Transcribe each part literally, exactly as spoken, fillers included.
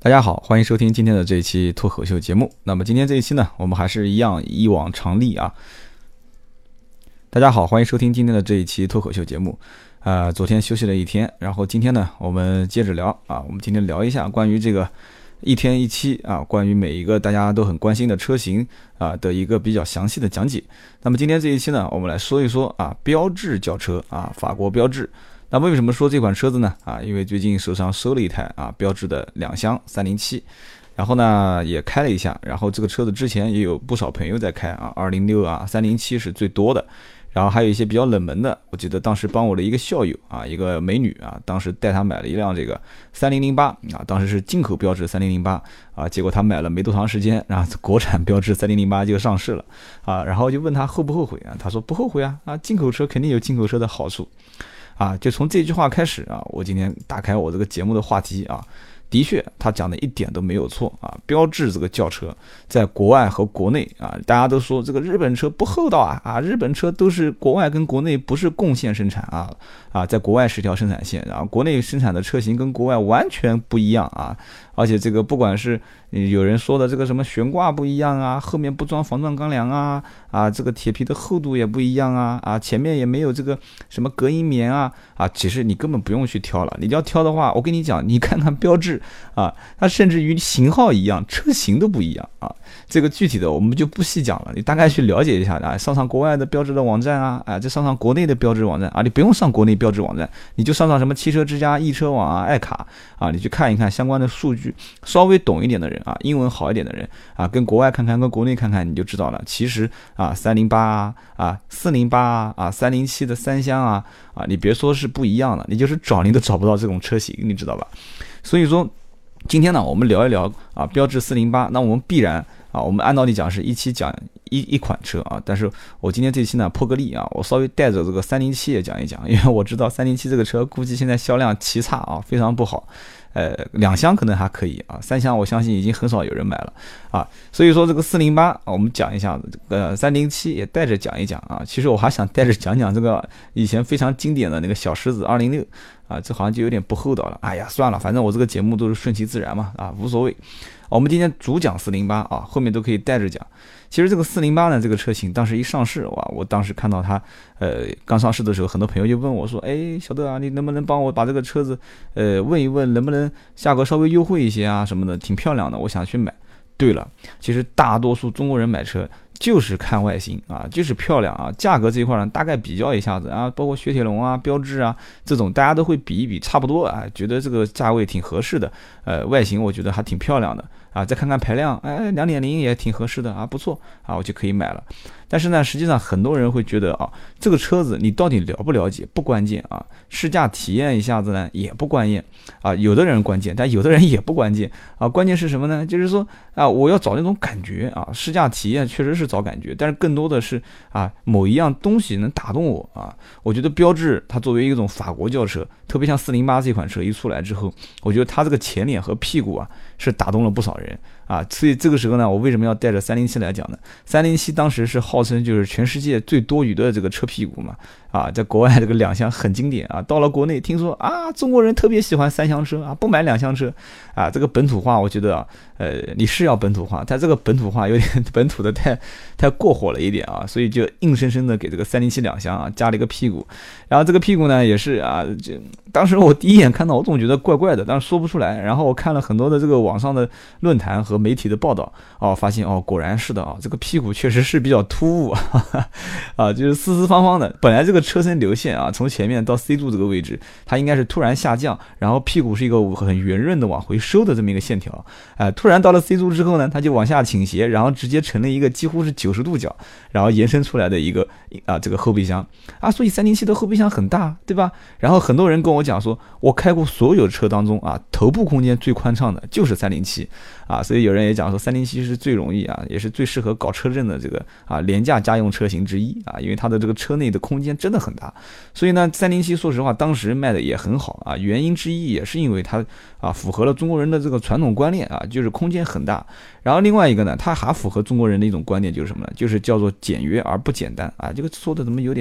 大家好，欢迎收听今天的这一期脱口秀节目。那么今天这一期呢，我们还是一样一往常例啊。大家好，欢迎收听今天的这一期脱口秀节目。呃，昨天休息了一天，然后今天呢，我们接着聊啊。我们今天聊一下关于这个一天一期啊，关于每一个大家都很关心的车型啊的一个比较详细的讲解。那么今天这一期呢，我们来说一说啊，标致轿车啊，法国标致。那为什么说这款车子呢？啊，因为最近手上收了一台啊标致的两厢三零七，然后呢也开了一下，然后这个车子之前也有不少朋友在开啊，二零六啊三零七是最多的，然后还有一些比较冷门的，我记得当时帮我的一个校友啊，一个美女啊，当时带她买了一辆这个三零零八啊，当时是进口标致三零零八啊，结果她买了没多长时间，然后国产标致三零零八就上市了啊，然后就问她后不后悔啊，她说不后悔啊，啊进口车肯定有进口车的好处。啊，就从这句话开始啊，我今天打开我这个节目的话题啊，的确他讲的一点都没有错啊。标致这个轿车在国外和国内啊，大家都说这个日本车不厚道啊啊，日本车都是国外跟国内不是共线生产啊啊，在国外十条生产线，然后国内生产的车型跟国外完全不一样啊，而且这个不管是有人说的这个什么悬挂不一样啊，后面不装防撞钢梁啊啊，这个铁皮的厚度也不一样啊啊，前面也没有这个什么隔音棉啊啊，其实你根本不用去挑了，你要挑的话，我跟你讲，你看看标致啊，它甚至于型号一样，车型都不一样啊，这个具体的我们就不细讲了，你大概去了解一下啊，上上国外的标致的网站啊，啊，再上上国内的标致网站啊，你不用上国内标致网站，你就上上什么汽车之家、易车网啊、爱卡啊，你去看一看相关的数据，稍微懂一点的人啊，英文好一点的人啊，跟国外看看，跟国内看看，你就知道了。其实啊，三零八啊，啊四零八啊，啊三零七的三厢啊，啊你别说是不一样的，你就是找你都找不到这种车型，你知道吧？所以说，今天呢，我们聊一聊啊，标致四零八，那我们必然啊，我们按道理讲是一期讲一一款车啊，但是我今天这期呢破个例啊，我稍微带着这个三零七也讲一讲，因为我知道三零七这个车估计现在销量奇差啊，非常不好。呃，两厢可能还可以啊，三厢我相信已经很少有人买了啊，所以说这个四零八我们讲一下，这个三零七也带着讲一讲啊。其实我还想带着讲讲这个以前非常经典的那个小狮子二零六啊，这好像就有点不厚道了。哎呀，算了，反正我这个节目都是顺其自然嘛啊，无所谓。我们今天主讲四零八啊，后面都可以带着讲。其实这个四零八呢，这个车型当时一上市，哇，我当时看到它，呃，刚上市的时候，很多朋友就问我说，哎，小德啊，你能不能帮我把这个车子，呃，问一问，能不能价格稍微优惠一些啊，什么的，挺漂亮的，我想去买。对了，其实大多数中国人买车就是看外形啊，就是漂亮啊，价格这一块呢，大概比较一下子啊，包括雪铁龙啊、标致啊这种，大家都会比一比，差不多啊，觉得这个价位挺合适的，呃，外形我觉得还挺漂亮的啊，再看看排量，哎， 两点零 也挺合适的啊，不错啊，我就可以买了。但是呢，实际上很多人会觉得啊，这个车子你到底了不了解不关键啊，试驾体验一下子呢也不关键啊，有的人关键，但有的人也不关键啊，关键是什么呢？就是说啊，我要找那种感觉啊，试驾体验确实是找感觉，但是更多的是啊，某一样东西能打动我啊。我觉得标致它作为一种法国轿车，特别像四零八这款车一出来之后，我觉得它这个前脸和屁股啊是打动了不少人啊，所以这个时候呢，我为什么要带着三零七来讲呢？三零七当时是号称就是全世界最多余的这个车屁股嘛，啊，在国外这个两厢很经典啊，到了国内听说啊，中国人特别喜欢三厢车啊，不买两厢车啊，这个本土化我觉得啊，呃，你是要本土化，但这个本土化有点本土的太太过火了一点啊，所以就硬生生的给这个三零七两厢啊加了一个屁股，然后这个屁股呢也是啊，就当时我第一眼看到我总觉得怪怪的，但是说不出来，然后我看了很多的这个网上的论坛和媒体的报道哦，发现哦果然是的啊，这个屁股确实是比较突兀啊，啊就是四四方方的，本来这个车身流线啊从前面到 C 柱这个位置，它应该是突然下降，然后屁股是一个很圆润的往回收的这么一个线条，哎、呃，突然到了 C 柱之后呢，它就往下倾斜，然后直接成了一个几乎是九十度角，然后延伸出来的一个啊这个后备箱啊，所以三零七的后备箱很大，对吧？然后很多人跟我讲说，我开过所有车当中啊，头部空间最宽敞的就是三零七啊，所以有人也讲说三零七是最容易啊，也是最适合搞车震的这个啊廉价家用车型之一啊，因为它的这个车内的空间真的很大，所以呢，三零七说实话当时卖的也很好啊，原因之一也是因为它啊符合了中国人的这个传统观念啊，就是空间很大。然后另外一个呢，它还符合中国人的一种观念，就是什么呢？就是叫做简约而不简单啊，这个说的怎么有点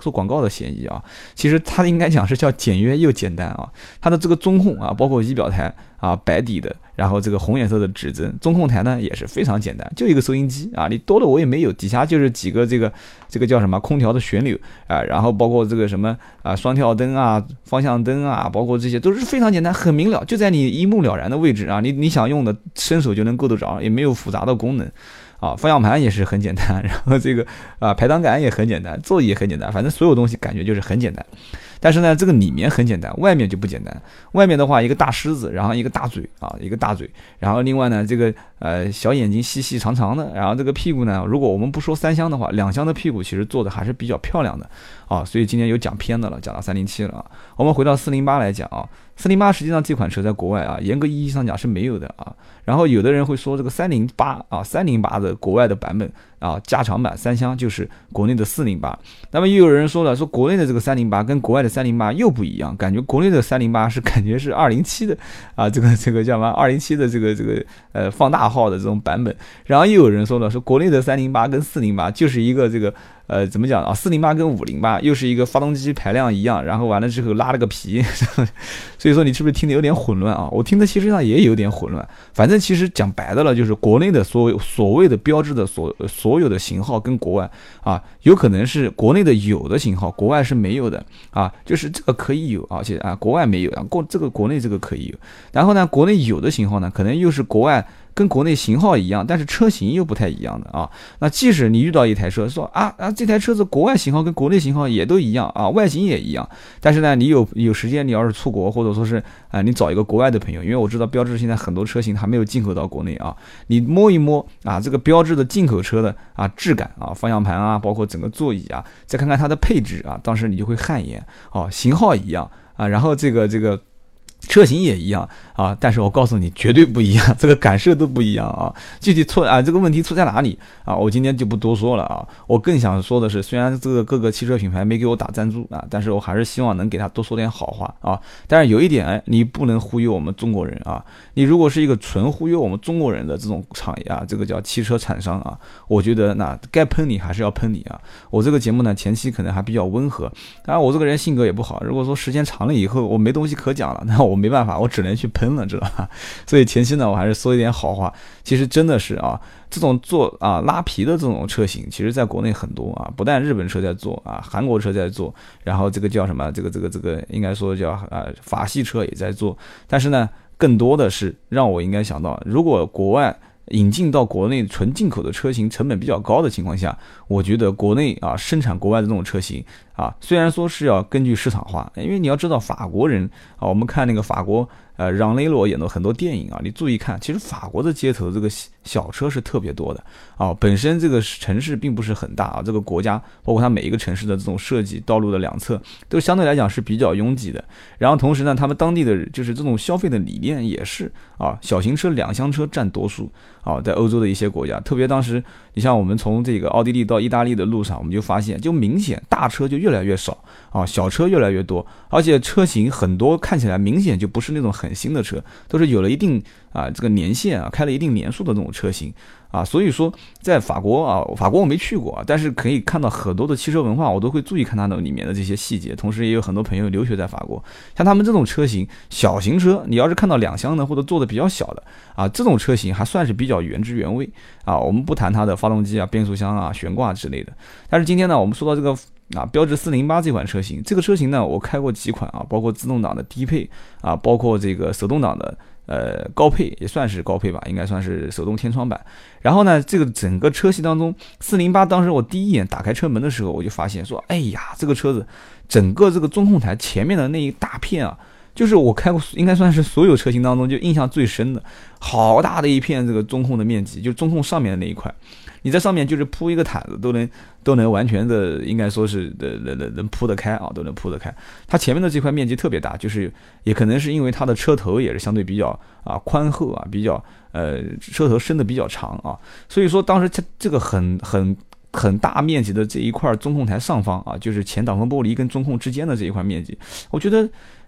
做广告的嫌疑啊。其实它应该讲是叫简约又简单啊。它的这个中控啊，包括仪表台啊，白底的，然后这个红颜色的指针，中控台呢也是非常简单，就一个收音机啊，你多的我也没有，底下就是几个这个这个叫什么空调的旋钮啊，然后包括这个什么啊双跳灯啊、方向灯啊，包括这些都是非常简单，很明了，就在你一目了然的位置啊，你你想用的伸手就能够得着，也没有复杂的功能。啊，方向盘也是很简单，然后这个啊排档杆也很简单，座椅也很简单，反正所有东西感觉就是很简单。但是呢，这个里面很简单，外面就不简单。外面的话，一个大狮子，然后一个大嘴啊，一个大嘴，然后另外呢，这个呃小眼睛细细长长的，然后这个屁股呢，如果我们不说三厢的话，两厢的屁股其实做的还是比较漂亮的啊。所以今天有讲偏的了，讲到三零七了啊。我们回到四零八来讲啊。四零八实际上这款车在国外啊，严格意义上讲是没有的啊。然后有的人会说这个三零八啊，三零八的国外的版本啊，加长版三厢就是国内的四零八。那么又有人说了，说国内的这个三零八跟国外的三零八又不一样，感觉国内的三零八是感觉是二零七的啊，这个这个叫什么二零七的这个这个呃放大号的这种版本。然后又有人说了，说国内的三零八跟四零八就是一个这个呃怎么讲啊，四零八跟五零八又是一个发动机排量一样，然后完了之后拉了个皮，所以说你是不是听得有点混乱啊？我听的其实上也有点混乱。反正其实讲白的了，就是国内的所有所谓的标志的所所有的型号跟国外啊，有可能是国内的有的型号，国外是没有的啊，就是这个可以有，而且啊国外没有啊，国这个国内这个可以有。然后呢，国内有的型号呢，可能又是国外跟国内型号一样，但是车型又不太一样的啊。那即使你遇到一台车说啊啊这台车子国外型号跟国内型号也都一样啊，外形也一样，但是呢你有有时间你要是出国，或者说是啊你找一个国外的朋友，因为我知道标致现在很多车型还没有进口到国内啊，你摸一摸啊这个标致的进口车的啊质感啊，方向盘啊，包括整个座椅啊，再看看它的配置啊，当时你就会汗颜哦，型号一样啊，然后这个这个车型也一样啊，但是我告诉你绝对不一样，这个感受都不一样啊。具体错啊，这个问题出在哪里啊？我今天就不多说了啊。我更想说的是，虽然这个各个汽车品牌没给我打赞助啊，但是我还是希望能给他多说点好话啊。但是有一点，你不能忽悠我们中国人啊。你如果是一个纯忽悠我们中国人的这种厂业啊，这个叫汽车厂商啊，我觉得那该喷你还是要喷你啊。我这个节目呢，前期可能还比较温和，当然我这个人性格也不好，如果说时间长了以后我没东西可讲了，那我。我没办法，我只能去喷了，知道吧？所以前期呢，我还是说一点好话。其实真的是啊，这种做啊拉皮的这种车型，其实在国内很多啊，不但日本车在做啊，韩国车在做，然后这个叫什么？这个这个这个应该说叫啊法系车也在做。但是呢，更多的是让我应该想到，如果国外引进到国内纯进口的车型成本比较高的情况下，我觉得国内啊生产国外的这种车型啊，虽然说是要根据市场化，因为你要知道法国人啊，我们看那个法国呃让雷罗演的很多电影啊，你注意看，其实法国的街头这个小车是特别多的啊，本身这个城市并不是很大啊，这个国家包括它每一个城市的这种设计，道路的两侧都相对来讲是比较拥挤的，然后同时呢，他们当地的就是这种消费的理念也是啊，小型车、两厢车占多数啊，在欧洲的一些国家，特别当时你像我们从这个奥地利到意大利的路上，我们就发现，就明显大车就越来越少啊，小车越来越多，而且车型很多看起来明显就不是那种很新的车，都是有了一定啊这个年限啊，开了一定年数的这种车型啊，所以说在法国啊，法国我没去过啊，但是可以看到很多的汽车文化，我都会注意看它的里面的这些细节，同时也有很多朋友留学在法国，像他们这种车型，小型车，你要是看到两厢的或者做的比较小的啊，这种车型还算是比较原汁原味啊，我们不谈它的发动机啊、变速箱啊、悬挂之类的，但是今天呢，我们说到这个啊，标致四零八这款车型，这个车型呢，我开过几款啊，包括自动挡的低配啊，包括这个手动挡的呃高配，也算是高配吧，应该算是手动天窗版。然后呢，这个整个车系当中，四零八当时我第一眼打开车门的时候，我就发现说，哎呀，这个车子整个这个中控台前面的那一大片啊，就是我开过应该算是所有车型当中就印象最深的，好大的一片这个中控的面积，就中控上面的那一块。你在上面就是铺一个毯子都能都能完全的应该说是能能能铺得开啊，都能铺得开。它前面的这块面积特别大，就是也可能是因为它的车头也是相对比较啊宽厚啊，比较呃车头伸的比较长啊，所以说当时它这个很很很大面积的这一块中控台上方啊，就是前挡风玻璃跟中控之间的这一块面积，我觉得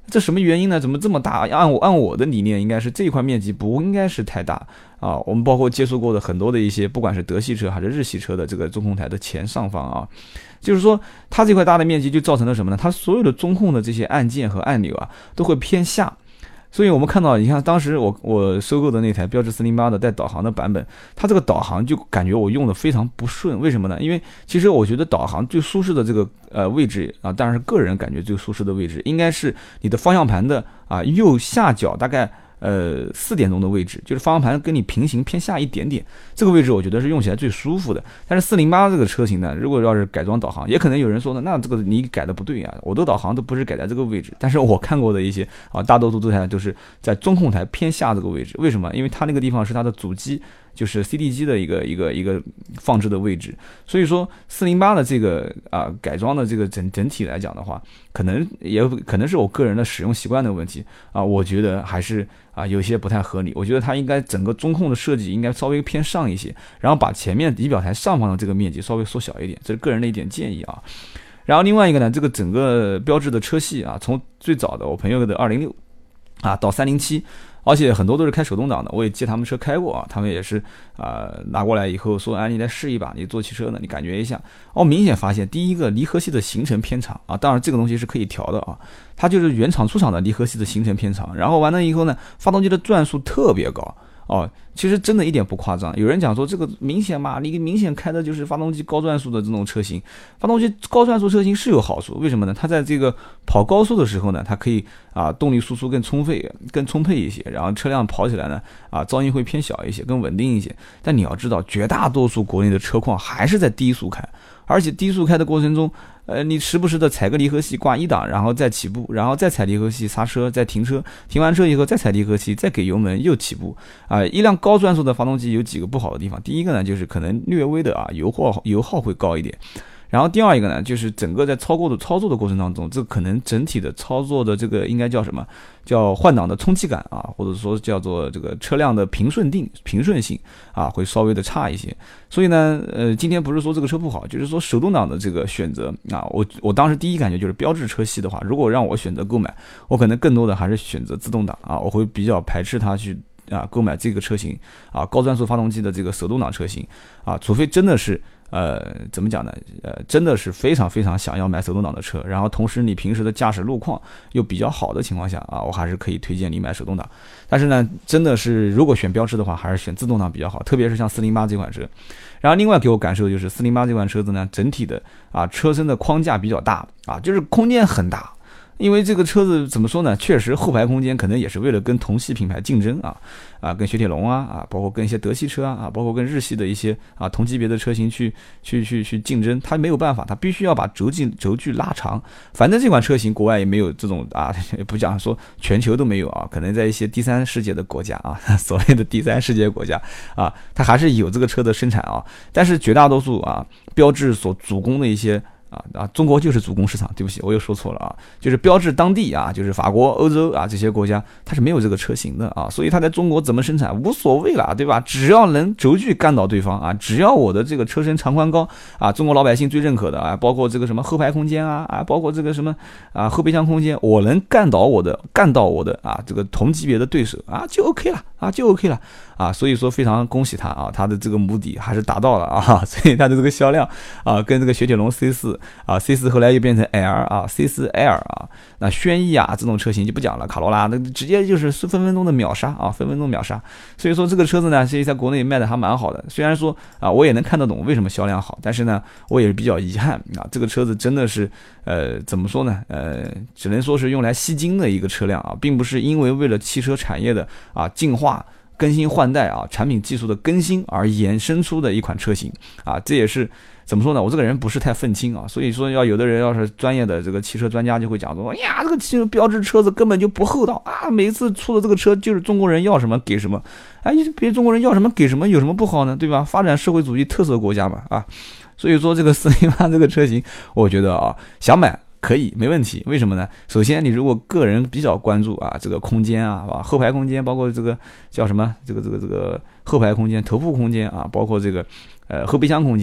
这什么原因呢？怎么这么大？按我按我的理念，应该是这一块面积不应该是太大啊。我们包括接触过的很多的一些，不管是德系车还是日系车的这个中控台的前上方啊，就是说它这块大的面积就造成了什么呢？它所有的中控的这些按键和按钮啊，都会偏下。所以我们看到，你看当时我我收购的那台标致四零八的带导航的版本，它这个导航就感觉我用的非常不顺。为什么呢？因为其实我觉得导航最舒适的这个呃位置啊，当然是个人感觉最舒适的位置，应该是你的方向盘的啊右下角大概呃四点钟的位置，就是方向盘跟你平行偏下一点点，这个位置我觉得是用起来最舒服的。但是四零八这个车型呢，如果要是改装导航，也可能有人说呢，那这个你改的不对啊，我的导航都不是改在这个位置。但是我看过的一些啊，大多数都台都是在中控台偏下这个位置。为什么？因为它那个地方是它的主机，就是 C D 机的一个一个一个放置的位置。所以说四零八的这个啊改装的这个整整体来讲的话，可能也可能是我个人的使用习惯的问题啊，我觉得还是啊有些不太合理。我觉得它应该整个中控的设计应该稍微偏上一些，然后把前面仪表台上方的这个面积稍微缩小一点，这是个人的一点建议啊。然后另外一个呢，这个整个标致的车系啊，从最早的我朋友的二零六啊到三零七。而且很多都是开手动挡的，我也借他们车开过啊，他们也是啊、呃、拿过来以后说，哎，你来试一把，你做汽车呢，你感觉一下。哦，明显发现第一个离合器的行程偏长啊，当然这个东西是可以调的啊，它就是原厂出厂的离合器的行程偏长，然后完了以后呢，发动机的转速特别高。哦，其实真的一点不夸张。有人讲说这个明显嘛，你明显开的就是发动机高转速的这种车型。发动机高转速车型是有好处，为什么呢？它在这个跑高速的时候呢，它可以啊动力输出更充沛、更充沛一些，然后车辆跑起来呢啊噪音会偏小一些，更稳定一些。但你要知道，绝大多数国内的车况还是在低速开，而且低速开的过程中。呃，你时不时的踩个离合器挂一档，然后再起步，然后再踩离合器刹车，再停车，停完车以后再踩离合器，再给油门又起步啊、呃！一辆高转速的发动机有几个不好的地方，第一个呢就是可能略微的啊油耗油耗会高一点，然后第二一个呢就是整个在操作的操作的过程当中，这可能整体的操作的这个应该叫什么？叫换挡的冲击感啊，或者说叫做这个车辆的平顺定平顺性啊，会稍微的差一些。所以呢，呃，今天不是说这个车不好，就是说手动挡的这个选择啊，我我当时第一感觉就是标致车系的话，如果让我选择购买，我可能更多的还是选择自动挡啊，我会比较排斥它去啊购买这个车型啊高转速发动机的这个手动挡车型啊，除非真的是。呃，怎么讲呢？呃，真的是非常非常想要买手动挡的车，然后同时你平时的驾驶路况又比较好的情况下啊，我还是可以推荐你买手动挡。但是呢，真的是如果选标致的话，还是选自动挡比较好，特别是像四零八这款车。然后另外给我感受就是四零八这款车子呢，整体的啊车身的框架比较大啊，就是空间很大。因为这个车子怎么说呢？确实后排空间可能也是为了跟同系品牌竞争啊，啊，跟雪铁龙啊，啊，包括跟一些德系车啊，啊，包括跟日系的一些啊同级别的车型去去去去竞争，它没有办法，它必须要把轴距轴距拉长。反正这款车型国外也没有这种啊，不讲说全球都没有啊，可能在一些第三世界的国家啊，所谓的第三世界国家啊，它还是有这个车的生产啊，但是绝大多数啊，标致所主攻的一些。啊啊！中国就是主攻市场，对不起，我又说错了啊，就是标致当地啊，就是法国、欧洲啊这些国家，它是没有这个车型的啊，所以它在中国怎么生产无所谓啦，对吧？只要能轴距干倒对方啊，只要我的这个车身长宽高啊，中国老百姓最认可的啊，包括这个什么后排空间啊啊，包括这个什么啊后备箱空间，我能干倒我的干倒我的啊这个同级别的对手啊，就 OK 了啊，就 OK 了啊，所以说非常恭喜他啊，他的这个目的还是达到了啊，所以他的这个销量啊，跟这个雪铁龙 C 四。啊 ，C 四后来又变成 L 啊 ，C 四 L 啊，那轩逸啊这种车型就不讲了，卡罗拉那直接就是分分钟的秒杀啊，分分钟秒杀。所以说这个车子呢，其实在国内卖的还蛮好的。虽然说啊，我也能看得懂为什么销量好，但是呢，我也是比较遗憾啊，这个车子真的是呃怎么说呢？呃，只能说是用来吸金的一个车辆啊，并不是因为为了汽车产业的啊进化。更新换代啊，产品技术的更新而衍生出的一款车型啊，这也是怎么说呢？我这个人不是太愤青啊，所以说要有的人要是专业的这个汽车专家就会讲说，哎呀，这个汽车标致车子根本就不厚道啊，每一次出的这个车就是中国人要什么给什么，哎，别中国人要什么给什么，有什么不好呢？对吧？发展社会主义特色国家嘛啊，所以说这个四零八这个车型，我觉得啊，想买。可以，没问题。为什么呢？首先，你如果个人比较关注啊，这个空间啊，啊，后排空间，包括这个叫什么，这个这个这个后排空间、头部空间啊，包括这个呃后备箱空间，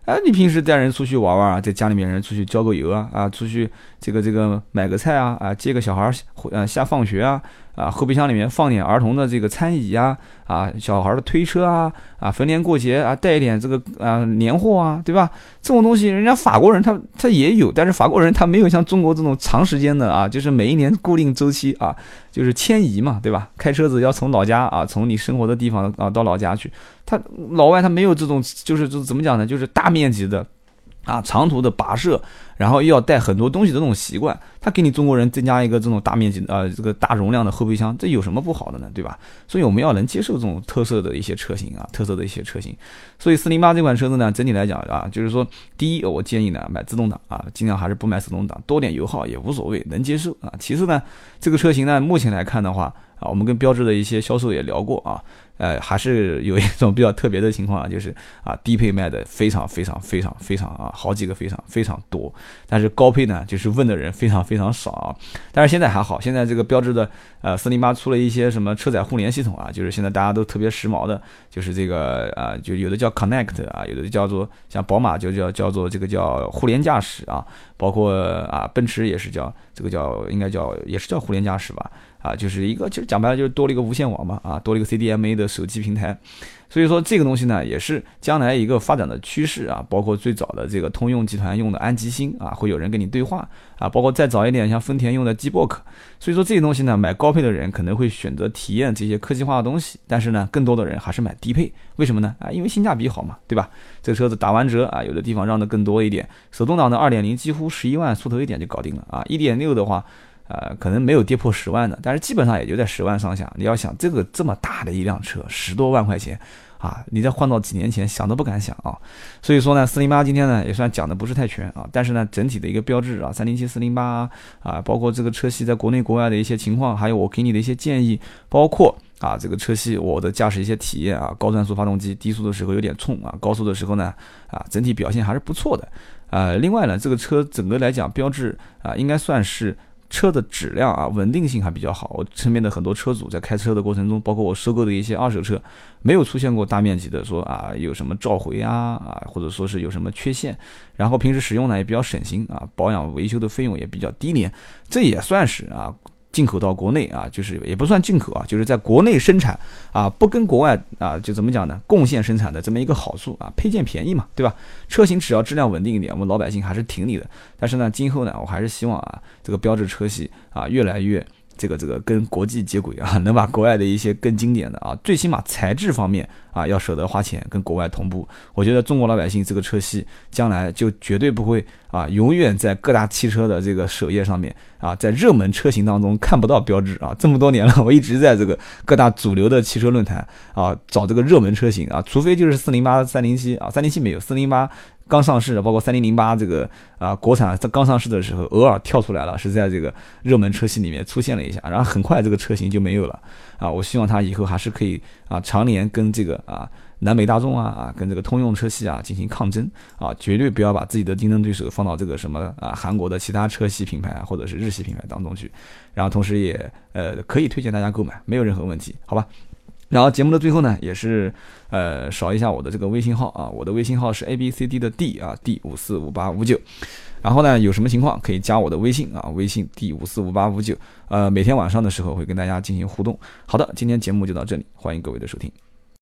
哎，你平时带人出去玩玩啊，在家里面人出去浇个油啊，啊，出去这个这个买个菜啊，啊，接个小孩儿呃下放学啊，啊，后备箱里面放点儿童的这个餐椅啊，啊，小孩的推车啊，啊，逢年过节啊，带一点这个啊年货啊，对吧？这种东西人家法国人他他也有，但是法国人他没有像中国这种长时间的啊，就是每一年固定周期啊，就是迁移嘛，对吧？开车子要从老家啊，从你生活的地方啊到老家去，他老外他没有这种，就是就是怎么讲呢？就是大面积的啊长途的跋涉，然后又要带很多东西的这种习惯，他给你中国人增加一个这种大面积呃这个大容量的后备箱，这有什么不好的呢？对吧？所以我们要能接受这种特色的一些车型啊，特色的一些车型。所以四零八这款车子呢，整体来讲啊，就是说，第一，我建议呢买自动挡啊，尽量还是不买手动挡，多点油耗也无所谓，能接受啊。其次呢，这个车型呢，目前来看的话啊，我们跟标致的一些销售也聊过啊。呃，还是有一种比较特别的情况啊，就是啊，低配卖的非常非常非常非常啊，好几个非常非常多，但是高配呢，就是问的人非常非常少啊。但是现在还好，现在这个标致的呃四零八出了一些什么车载互联系统啊，就是现在大家都特别时髦的，就是这个啊，就有的叫 Connect 啊，有的叫做像宝马就叫叫做这个叫互联驾驶啊，包括啊奔驰也是叫这个叫应该叫也是叫互联驾驶吧。啊，就是一个，其实讲白了就是多了一个无线网嘛，啊，多了一个 C D M A 的手机平台，所以说这个东西呢，也是将来一个发展的趋势啊，包括最早的这个通用集团用的安吉星啊，会有人跟你对话啊，包括再早一点像丰田用的 G-Book， 所以说这些东西呢，买高配的人可能会选择体验这些科技化的东西，但是呢，更多的人还是买低配，为什么呢？啊，因为性价比好嘛，对吧？这个车子打完折啊，有的地方让的更多一点，手动挡的 二点零 几乎十一万出头一点就搞定了啊 ，一点六 的话。呃，可能没有跌破十万的，但是基本上也就在十万上下。你要想这个这么大的一辆车，十多万块钱啊，你再换到几年前，想都不敢想啊。所以说呢，四零八今天呢也算讲的不是太全啊，但是呢，整体的一个标志啊，三零七、四零八啊，包括这个车系在国内国外的一些情况，还有我给你的一些建议，包括啊这个车系我的驾驶一些体验啊，高转速发动机，低速的时候有点冲啊，高速的时候呢啊整体表现还是不错的。呃，另外呢，这个车整个来讲标志啊，应该算是。车的质量啊，稳定性还比较好。我身边的很多车主在开车的过程中，包括我收购的一些二手车，没有出现过大面积的说啊有什么召回啊啊，或者说是有什么缺陷。然后平时使用呢也比较省心啊，保养维修的费用也比较低廉，这也算是啊。进口到国内啊，就是也不算进口啊，就是在国内生产啊，不跟国外啊，就怎么讲呢？贡献生产的这么一个好处啊，配件便宜嘛，对吧？车型只要质量稳定一点，我们老百姓还是挺你的。但是呢，今后呢，我还是希望啊，这个标致车系啊，越来越。这个这个跟国际接轨啊，能把国外的一些更经典的啊，最起码材质方面啊，要舍得花钱跟国外同步。我觉得中国老百姓这个车系将来就绝对不会啊，永远在各大汽车的这个首页上面啊，在热门车型当中看不到标致啊。这么多年了，我一直在这个各大主流的汽车论坛啊找这个热门车型啊，除非就是四零八、三零七啊，三零七没有，四零八。刚上市，包括三零零八这个啊，国产在刚上市的时候，偶尔跳出来了，是在这个热门车系里面出现了一下，然后很快这个车型就没有了啊。我希望它以后还是可以啊，常年跟这个啊南北大众啊啊，跟这个通用车系啊进行抗争啊，绝对不要把自己的竞争对手放到这个什么啊韩国的其他车系品牌啊，或者是日系品牌当中去。然后同时也呃可以推荐大家购买，没有任何问题，好吧？然后节目的最后呢，也是呃扫一下我的这个微信号啊，我的微信号是 A B C D 的 D 啊 D 五四五八五九，然后呢有什么情况可以加我的微信啊，微信 D 五四五八五九，呃每天晚上的时候会跟大家进行互动。好的，今天节目就到这里，欢迎各位的收听。